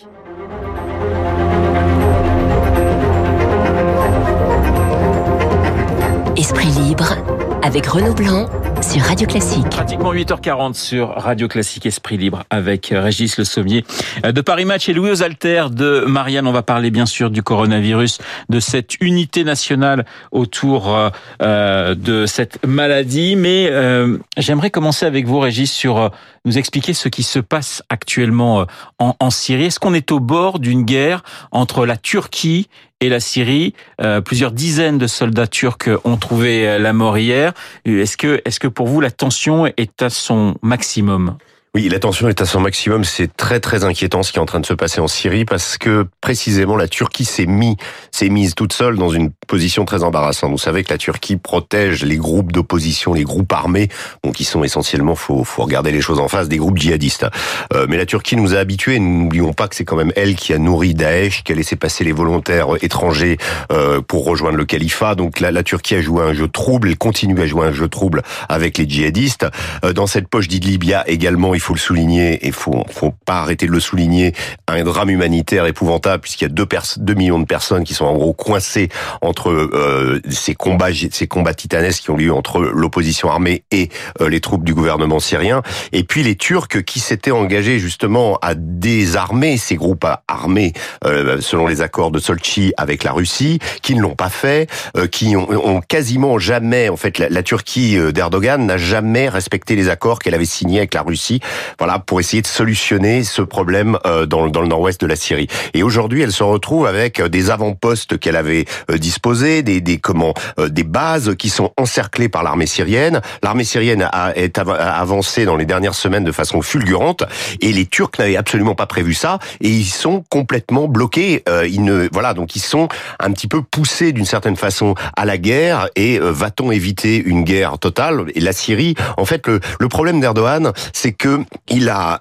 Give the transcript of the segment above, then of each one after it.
Esprit libre avec Renaud Blanc sur Radio Classique. Pratiquement 8h40 sur Radio Classique Esprit libre avec Régis Le Sommier de Paris Match et Louis aux Alters de Marianne. On va parler bien sûr du coronavirus, de cette unité nationale autour de cette maladie. Mais j'aimerais commencer avec vous, Régis, sur nous expliquer ce qui se passe actuellement en Syrie. Est-ce qu'on est au bord d'une guerre entre la Turquie et la Syrie? Plusieurs dizaines de soldats turcs ont trouvé la mort hier. Est-ce que pour vous la tension est à son maximum? Oui, la tension est à son maximum. C'est très très inquiétant ce qui est en train de se passer en Syrie parce que précisément la Turquie s'est mise toute seule dans une position très embarrassante. Vous savez que la Turquie protège les groupes d'opposition, les groupes armés, donc qui sont essentiellement, faut regarder les choses en face, des groupes djihadistes. Mais la Turquie nous a habitués. N'oublions pas que c'est quand même elle qui a nourri Daesh, qui a laissé passer les volontaires étrangers pour rejoindre le califat. Donc la Turquie a joué un jeu trouble, elle continue à jouer un jeu trouble avec les djihadistes. Dans cette poche d'Idlib, il y a également, il faut le souligner, et faut pas arrêter de le souligner, un drame humanitaire épouvantable puisqu'il y a 2 millions de personnes qui sont en gros coincées entre ces combats titanesques qui ont lieu entre l'opposition armée et les troupes du gouvernement syrien. Et puis les Turcs qui s'étaient engagés justement à désarmer ces groupes armés selon les accords de Solchi avec la Russie, qui ne l'ont pas fait, qui ont quasiment jamais, en fait, la Turquie d'Erdogan n'a jamais respecté les accords qu'elle avait signés avec la Russie. Voilà, pour essayer de solutionner ce problème dans le nord-ouest de la Syrie. Et aujourd'hui, elle se retrouve avec des avant-postes qu'elle avait disposés, des bases qui sont encerclées par l'armée syrienne. L'armée syrienne a avancé dans les dernières semaines de façon fulgurante, et les Turcs n'avaient absolument pas prévu ça, et ils sont complètement bloqués. Donc ils sont un petit peu poussés d'une certaine façon à la guerre. Et va-t-on éviter une guerre totale? Et la Syrie, en fait, le problème d'Erdogan, c'est que il a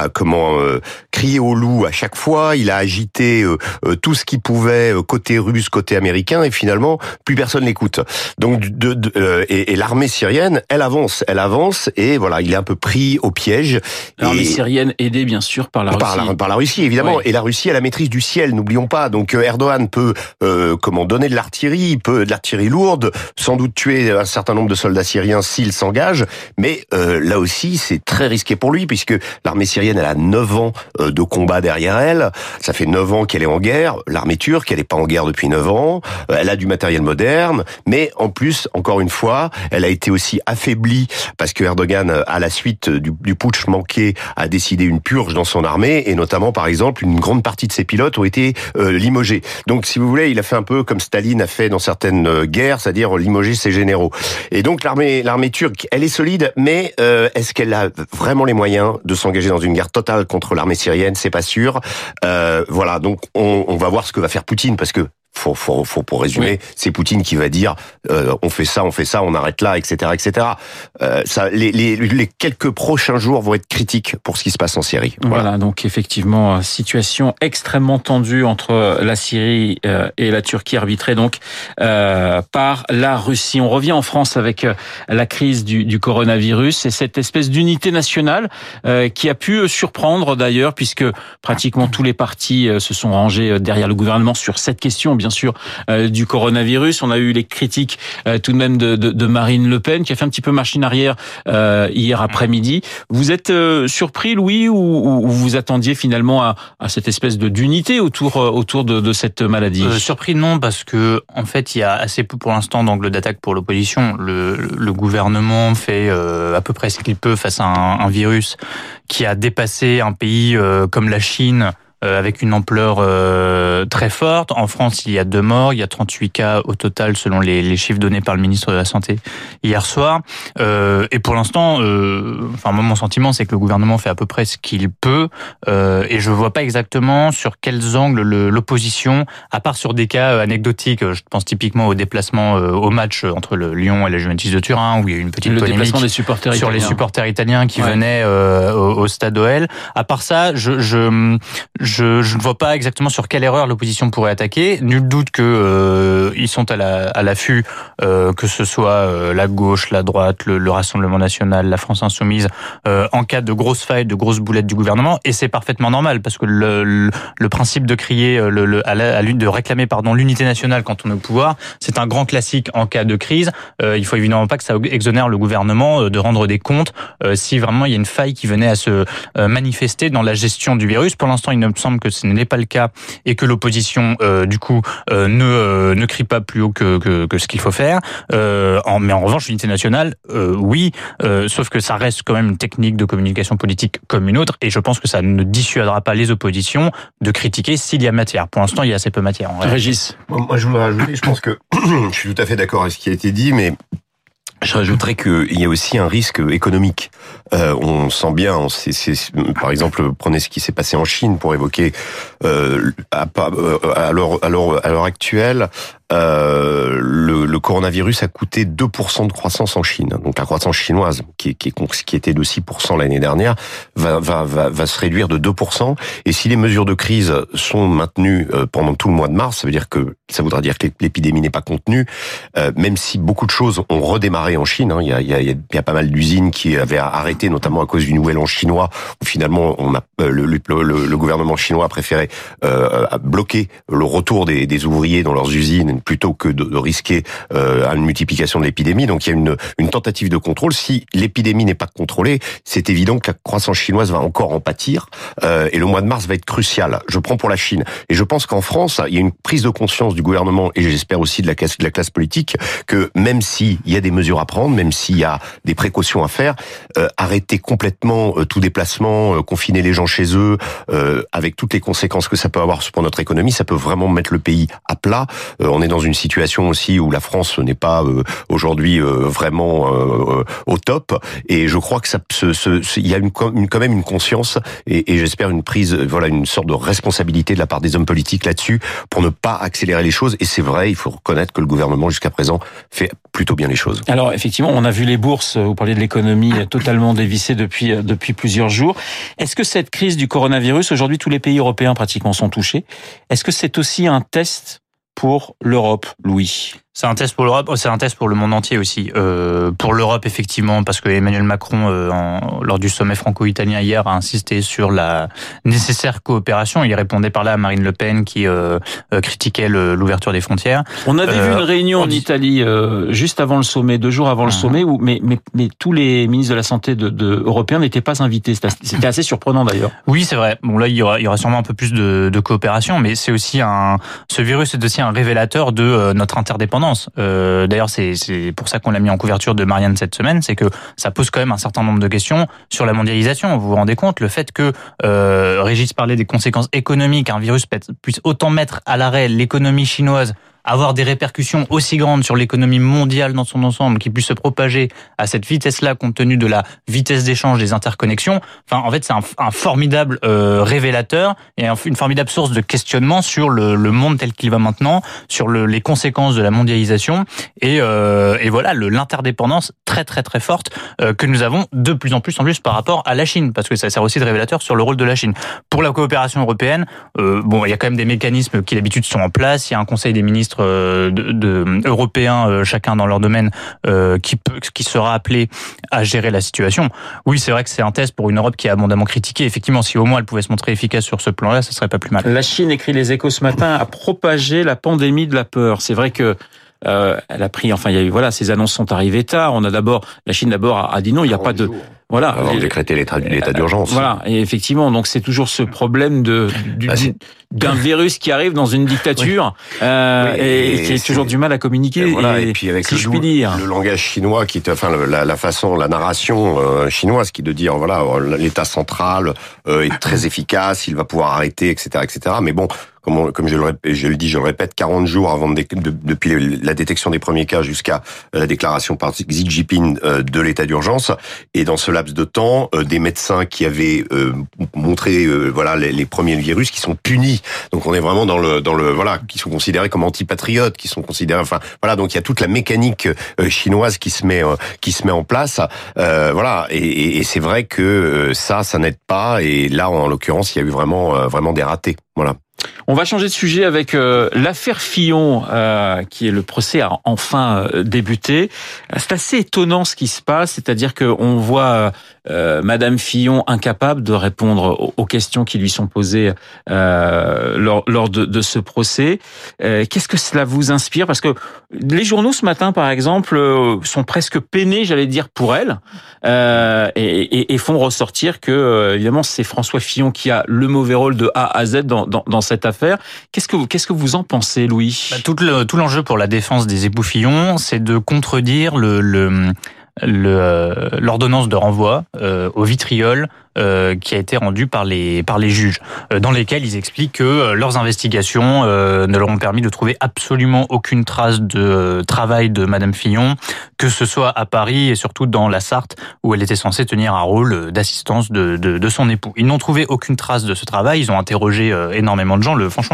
crié au loup à chaque fois. Il a agité tout ce qu'il pouvait côté russe, côté américain, et finalement plus personne l'écoute. Donc et l'armée syrienne, elle avance, et voilà, il est un peu pris au piège. L'armée syrienne aidée bien sûr par la Russie. Par la Russie évidemment, ouais. Et la Russie a la maîtrise du ciel, n'oublions pas. Donc Erdogan peut donner de l'artillerie, il peut de l'artillerie lourde, sans doute tuer un certain nombre de soldats syriens s'il s'engage, mais là aussi c'est très risqué pour lui, puisque l'armée syrienne, elle a 9 ans de combat derrière elle. Ça fait 9 ans qu'elle est en guerre. L'armée turque, elle n'est pas en guerre depuis 9 ans. Elle a du matériel moderne, mais en plus, encore une fois, elle a été aussi affaiblie parce que Erdogan, à la suite du putsch manqué, a décidé une purge dans son armée, et notamment, par exemple, une grande partie de ses pilotes ont été limogés. Donc, si vous voulez, il a fait un peu comme Staline a fait dans certaines guerres, c'est-à-dire limoger ses généraux. Et donc, l'armée turque, elle est solide, mais est-ce qu'elle a vraiment les moyens de s'engager dans une guerre totale contre l'armée syrienne? C'est pas sûr. Voilà, donc on va voir ce que va faire Poutine, parce que pour résumer, oui, c'est Poutine qui va dire on fait ça, on arrête là, etc., etc. Les quelques prochains jours vont être critiques pour ce qui se passe en Syrie. Voilà, donc effectivement, situation extrêmement tendue entre la Syrie et la Turquie, arbitrée donc par la Russie. On revient en France avec la crise du coronavirus et cette espèce d'unité nationale qui a pu surprendre d'ailleurs, puisque pratiquement tous les partis se sont rangés derrière le gouvernement sur cette question, bien sûr, du coronavirus. On a eu les critiques tout de même de Marine Le Pen, qui a fait un petit peu machine arrière hier après-midi. Vous êtes surpris, Louis, ou vous attendiez finalement à cette espèce d'unité autour de cette maladie? Surpris non, parce que en fait il y a assez peu pour l'instant d'angles d'attaque pour l'opposition. Le gouvernement fait à peu près ce qu'il peut face à un virus qui a dépassé un pays comme la Chine, avec une ampleur très forte. En France, il y a 2 morts, il y a 38 cas au total selon les chiffres donnés par le ministre de la Santé hier soir. Et pour l'instant, moi, mon sentiment, c'est que le gouvernement fait à peu près ce qu'il peut, et je vois pas exactement sur quels angles l'opposition, à part sur des cas anecdotiques, je pense typiquement au déplacement au match entre le Lyon et la Juventus de Turin, où il y a eu une petite polémique déplacement des supporters sur les supporters italiens qui venaient au stade OL. À part ça, je Je ne vois pas exactement sur quelle erreur l'opposition pourrait attaquer. Nul doute que ils sont à l'affût, que ce soit la gauche, la droite, le Rassemblement national, la France insoumise, en cas de grosses failles, de grosses boulettes du gouvernement. Et c'est parfaitement normal parce que le principe de crier, de réclamer l'unité nationale quand on est au pouvoir, c'est un grand classique en cas de crise. Il faut évidemment pas que ça exonère le gouvernement de rendre des comptes si vraiment il y a une faille qui venait à se manifester dans la gestion du virus. Pour l'instant, il me semble que ce n'est pas le cas et que l'opposition, ne crie pas plus haut que ce qu'il faut faire. Mais en revanche, l'unité nationale, oui, sauf que ça reste quand même une technique de communication politique comme une autre, et je pense que ça ne dissuadera pas les oppositions de critiquer s'il y a matière. Pour l'instant, il y a assez peu matière. Régis. Moi, je voudrais rajouter, je pense que je suis tout à fait d'accord avec ce qui a été dit, mais je rajouterais qu'il y a aussi un risque économique. On sent bien, par exemple, prenez ce qui s'est passé en Chine pour évoquer à l'heure actuelle. Le coronavirus a coûté 2% de croissance en Chine. Donc la croissance chinoise, qui était de 6% l'année dernière, va se réduire de 2%. Et si les mesures de crise sont maintenues pendant tout le mois de mars, ça voudra dire que l'épidémie n'est pas contenue, même si beaucoup de choses ont redémarré en Chine. Il y a pas mal d'usines qui avaient arrêté, notamment à cause du nouvel an chinois, où finalement le gouvernement chinois a préféré bloquer le retour des ouvriers dans leurs usines plutôt que de risquer une multiplication de l'épidémie. Donc il y a une tentative de contrôle. Si l'épidémie n'est pas contrôlée, c'est évident que la croissance chinoise va encore en pâtir, et le mois de mars va être crucial. Je prends pour la Chine. Et je pense qu'en France, il y a une prise de conscience du gouvernement, et j'espère aussi de la classe politique, que même s'il y a des mesures à prendre, même s'il y a des précautions à faire, arrêter complètement tout déplacement, confiner les gens chez eux, avec toutes les conséquences que ça peut avoir pour notre économie, ça peut vraiment mettre le pays à plat. On est dans une situation aussi où la France n'est pas aujourd'hui vraiment au top, et je crois que il y a quand même une conscience, et j'espère une prise, une sorte de responsabilité de la part des hommes politiques là-dessus pour ne pas accélérer les choses. Et c'est vrai, il faut reconnaître que le gouvernement jusqu'à présent fait plutôt bien les choses. Alors effectivement, on a vu les bourses, vous parliez de l'économie, totalement dévissée depuis plusieurs jours. Est-ce que cette crise du coronavirus, aujourd'hui tous les pays européens pratiquement sont touchés, est-ce que c'est aussi un test pour l'Europe, Louis? C'est un test pour l'Europe, c'est un test pour le monde entier aussi. Pour l'Europe, effectivement, parce que Emmanuel Macron, lors du sommet franco-italien hier, a insisté sur la nécessaire coopération. Il répondait par là à Marine Le Pen qui critiquait l'ouverture des frontières. On avait vu une réunion en Italie juste avant le sommet, 2 jours avant le sommet, où mais tous les ministres de la santé européens n'étaient pas invités. C'était assez surprenant d'ailleurs. Oui, c'est vrai. Bon, là, il y aura sûrement un peu plus de coopération, mais c'est aussi ce virus est aussi un révélateur de notre interdépendance. D'ailleurs, c'est pour ça qu'on l'a mis en couverture de Marianne cette semaine, c'est que ça pose quand même un certain nombre de questions sur la mondialisation. Vous vous rendez compte, le fait que Régis parlait des conséquences économiques, un virus puisse autant mettre à l'arrêt l'économie chinoise, avoir des répercussions aussi grandes sur l'économie mondiale dans son ensemble, qui puisse se propager à cette vitesse-là compte tenu de la vitesse d'échange des interconnexions. Enfin, en fait, c'est un formidable révélateur et une formidable source de questionnement sur le monde tel qu'il va maintenant, sur les conséquences de la mondialisation et voilà l'interdépendance très très très forte que nous avons de plus en plus par rapport à la Chine, parce que ça sert aussi de révélateur sur le rôle de la Chine. Pour la coopération européenne, il y a quand même des mécanismes qui d'habitude sont en place. Il y a un Conseil des ministres européens, chacun dans leur domaine, qui sera appelé à gérer la situation. Oui, c'est vrai que c'est un test pour une Europe qui est abondamment critiquée. Effectivement, si au moins elle pouvait se montrer efficace sur ce plan-là, ça serait pas plus mal. La Chine, écrit Les Échos ce matin, a propagé la pandémie de la peur. C'est vrai que elle a pris, il y a eu, ces annonces sont arrivées tard. La Chine d'abord a dit non, il n'y a pas de, avant de décréter l'état d'urgence. Voilà, et effectivement, donc c'est toujours ce problème d'un virus qui arrive dans une dictature et qui a toujours du mal à communiquer. Et puis avec le langage chinois qui est, la narration chinoise qui est de dire l'État central est très efficace, il va pouvoir arrêter, etc., etc. Mais bon. Comme je le répète, 40 jours avant depuis la détection des premiers cas jusqu'à la déclaration par Xi Jinping de l'état d'urgence. Et dans ce laps de temps, des médecins qui avaient montré voilà les premiers virus qui sont punis. Donc on est vraiment dans le voilà, qui sont considérés comme antipatriotes, qui sont considérés, enfin voilà, donc il y a toute la mécanique chinoise qui se met en place. Voilà, et c'est vrai que ça n'aide pas. Et là, en l'occurrence, il y a eu vraiment des ratés. Voilà. On va changer de sujet avec l'affaire Fillon, qui est le procès a enfin débuté. C'est assez étonnant ce qui se passe, c'est-à-dire qu'on voit Madame Fillon incapable de répondre aux questions qui lui sont posées lors de ce procès. Qu'est-ce que cela vous inspire? Parce que les journaux ce matin, par exemple, sont presque peinés, j'allais dire, pour elle, et font ressortir que évidemment c'est François Fillon qui a le mauvais rôle de A à Z dans cette affaire. Qu'est-ce que vous en pensez, Louis? Tout l'enjeu pour la défense des époux Fillon, c'est de contredire l'ordonnance de renvoi au vitriol qui a été rendue par les juges, dans lesquels ils expliquent que leurs investigations ne leur ont permis de trouver absolument aucune trace de travail de Madame Fillon, que ce soit à Paris et surtout dans la Sarthe où elle était censée tenir un rôle d'assistance de son époux. Ils n'ont trouvé aucune trace de ce travail. Ils ont interrogé énormément de gens. Franchement,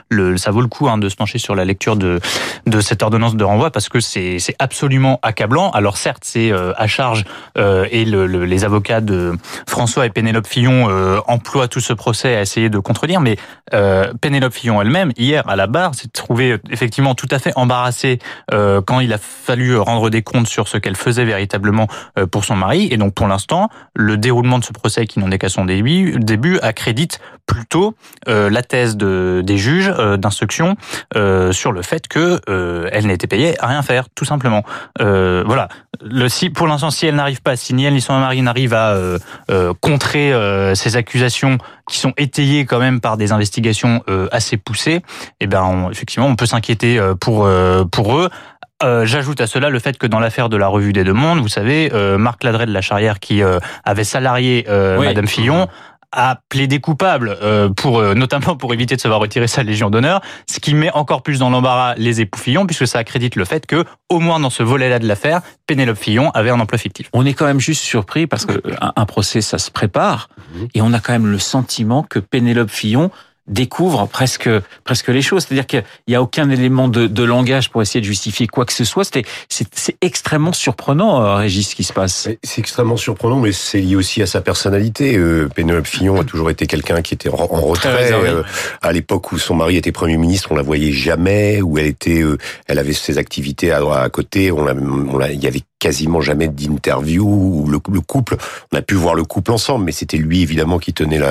ça vaut le coup de se pencher sur la lecture de cette ordonnance de renvoi parce que c'est absolument accablant. Alors certes, c'est à charge et les avocats de François et Pénélope Fillon emploient tout ce procès à essayer de contredire, mais Pénélope Fillon elle-même, hier à la barre, s'est trouvée effectivement tout à fait embarrassée quand il a fallu rendre des comptes sur ce qu'elle faisait véritablement pour son mari. Et donc pour l'instant, le déroulement de ce procès, qui n'en est qu'à son début, accrédite plutôt la thèse des juges d'instruction sur le fait que elle n'était payée à rien faire, tout simplement. Voilà. Pour l'instant, si elle n'arrive pas, si ni elle ni son mari n'arrive à contrer ces accusations qui sont étayées quand même par des investigations assez poussées, eh ben effectivement, on peut s'inquiéter pour eux. J'ajoute à cela le fait que dans l'affaire de la Revue des Deux Mondes, vous savez, Marc Ladret de la Charrière qui avait salarié Madame Fillon a plaidé coupable notamment pour éviter de se voir retirer sa Légion d'honneur, ce qui met encore plus dans l'embarras les époux Fillon, puisque ça accrédite le fait que, au moins dans ce volet-là de l'affaire, Pénélope Fillon avait un emploi fictif. On est quand même juste surpris parce que un procès, ça se prépare, et on a quand même le sentiment que Pénélope Fillon découvre presque les choses. C'est-à-dire qu'il y a aucun élément de langage pour essayer de justifier quoi que ce soit. C'est extrêmement surprenant, Régis, ce qui se passe. C'est extrêmement surprenant, mais c'est lié aussi à sa personnalité. Pénélope Fillon a toujours été quelqu'un qui était en retrait. À l'époque où son mari était Premier ministre, on la voyait jamais. Où elle avait ses activités à côté. Il y avait quasiment jamais d'interview où le couple, on a pu voir le couple ensemble, mais c'était lui évidemment qui tenait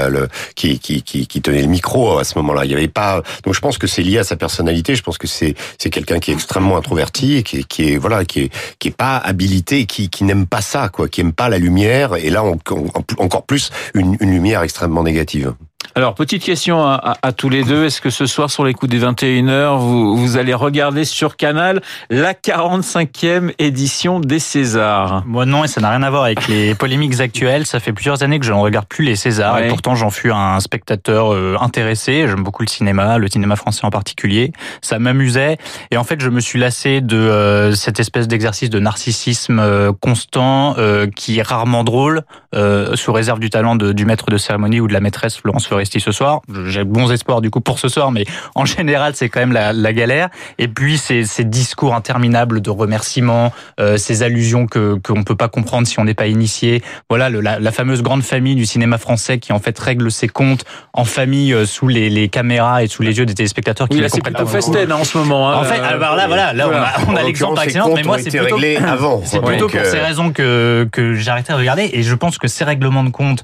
qui tenait le micro à ce moment-là. Il y avait pas, donc je pense que c'est lié à sa personnalité. Je pense que c'est quelqu'un qui est extrêmement introverti et qui est pas habilité, qui n'aime pas ça, quoi, qui aime pas la lumière. Et là, encore plus une lumière extrêmement négative. Alors, petite question à tous les deux. Est-ce que ce soir, sur les coups des 21h, vous allez regarder sur Canal la 45e édition des Césars? Moi non, et ça n'a rien à voir avec les polémiques actuelles. Ça fait plusieurs années que je ne regarde plus les Césars, ouais. Et pourtant j'en fus un spectateur intéressé. J'aime beaucoup le cinéma français en particulier. Ça m'amusait. Et en fait, je me suis lassé de cette espèce d'exercice de narcissisme constant qui est rarement drôle, sous réserve du talent du maître de cérémonie ou de la maîtresse Florence Foresti ce soir. J'ai bons espoirs du coup pour ce soir, mais en général c'est quand même la galère. Et puis ces discours interminables de remerciements, ces allusions qu'on peut pas comprendre si on n'est pas initié. Voilà la fameuse grande famille du cinéma français qui en fait règle ses comptes en famille sous les caméras et sous les yeux des téléspectateurs qui ne comprennent pas. C'est plutôt en ce moment. En fait, alors là, on a l'exemple par excellence, mais moi c'est plutôt pour ces raisons que j'ai arrêté de regarder. Et je pense que ces règlements de compte,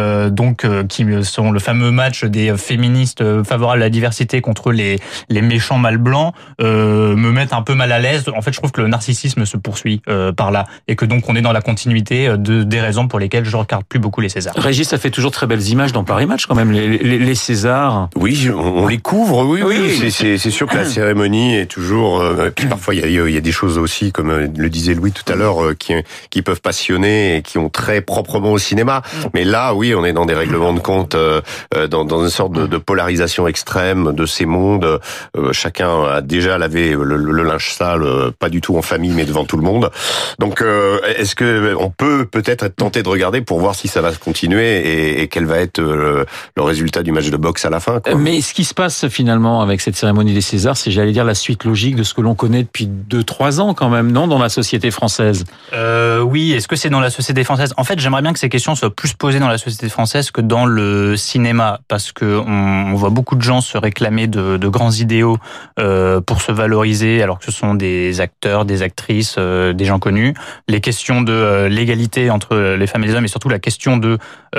qui sont le fameux match des féministes favorables à la diversité contre les méchants mâles blancs, me mettent un peu mal à l'aise. En fait, je trouve que le narcissisme se poursuit par là, et que donc on est dans la continuité des raisons pour lesquelles je ne regarde plus beaucoup les Césars. Régis, ça fait toujours très belles images dans Paris Match quand même, les Césars. Oui, on les couvre, oui. C'est sûr que la cérémonie est toujours... puis parfois, il y a des choses aussi, comme le disait Louis tout à l'heure, qui peuvent passionner et qui ont très proprement au cinéma. Mais là, oui, on est dans des règlements de compte dans une sorte de polarisation extrême de ces mondes. Chacun a déjà lavé le linge sale, pas du tout en famille, mais devant tout le monde. Donc, est-ce que on peut peut-être être tenté de regarder pour voir si ça va se continuer et quel va être le résultat du match de boxe à la fin, quoi. Mais ce qui se passe finalement avec cette cérémonie des Césars, c'est, j'allais dire, la suite logique de ce que l'on connaît depuis 2-3 ans quand même, non, dans la société française? Oui, est-ce que c'est dans la société française? En fait, j'aimerais bien que ces questions soient plus posées dans la société française que dans le cinéma, parce que on voit beaucoup de gens se réclamer de grands idéaux pour se valoriser, alors que ce sont des acteurs, des actrices, des gens connus. Les questions de l'égalité entre les femmes et les hommes, et surtout la question de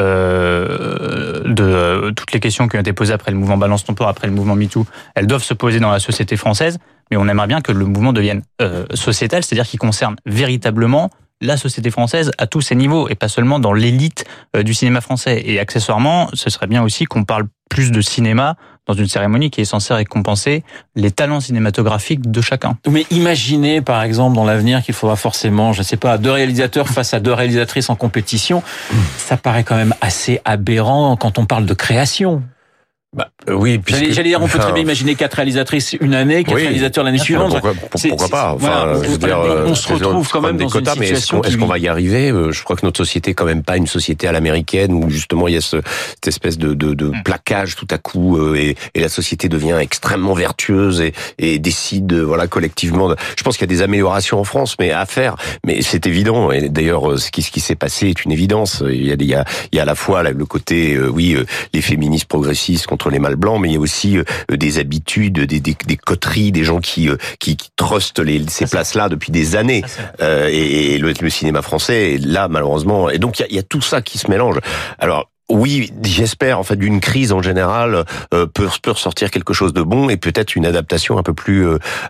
toutes les questions qui ont été posées après le mouvement Balance ton port, après le mouvement MeToo, elles doivent se poser dans la société française, mais on aimerait bien que le mouvement devienne sociétal, c'est-à-dire qu'il concerne véritablement la société française à tous ses niveaux, et pas seulement dans l'élite du cinéma français. Et accessoirement, ce serait bien aussi qu'on parle plus de cinéma dans une cérémonie qui est censée récompenser les talents cinématographiques de chacun. Mais imaginez, par exemple, dans l'avenir, qu'il faudra forcément, je ne sais pas, 2 réalisateurs face à 2 réalisatrices en compétition. Ça paraît quand même assez aberrant quand on parle de création. Oui, j'allais dire, on peut très bien imaginer 4 réalisatrices une année, 4 réalisateurs l'année suivante. Pourquoi pas? Enfin, voilà, je veux dire, on se retrouve quand même dans quotas, une situation. Mais est-ce qu'on va y arriver? Je crois que notre société est quand même pas une société à l'américaine où justement il y a cette espèce de plaquage tout à coup et la société devient extrêmement vertueuse et décide collectivement. Je pense qu'il y a des améliorations en France, mais à faire. Mais c'est évident. Et d'ailleurs, ce qui s'est passé est une évidence. Il y a à la fois le côté les féministes progressistes contre les mâles blancs, mais il y a aussi des habitudes, des coteries, des gens qui trustent ces places-là depuis des années. Et le cinéma français, là, malheureusement, et donc il y a tout ça qui se mélange. Alors, oui, j'espère, en fait, d'une crise en général, peut ressortir quelque chose de bon et peut-être une adaptation un peu plus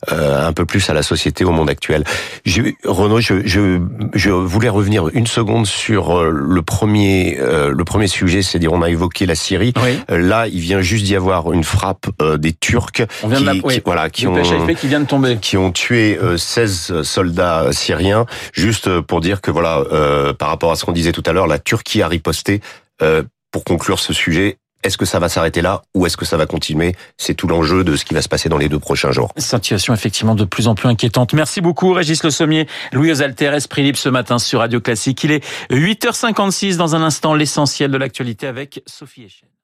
à la société, au monde actuel. Renaud, je voulais revenir une seconde sur le premier sujet, c'est-à-dire on a évoqué la Syrie. Oui. Là, il vient juste d'y avoir une frappe des Turcs qui vient de tomber, qui ont tué 16 soldats syriens. Juste pour dire que par rapport à ce qu'on disait tout à l'heure, la Turquie a riposté. Pour conclure ce sujet, est-ce que ça va s'arrêter là ou est-ce que ça va continuer? C'est tout l'enjeu de ce qui va se passer dans les 2 prochains jours. Situation effectivement de plus en plus inquiétante. Merci beaucoup Régis Le Sommier, Louis Osalter, Esprit Libre ce matin sur Radio Classique. Il est 8h56, dans un instant l'essentiel de l'actualité avec Sophie Echen.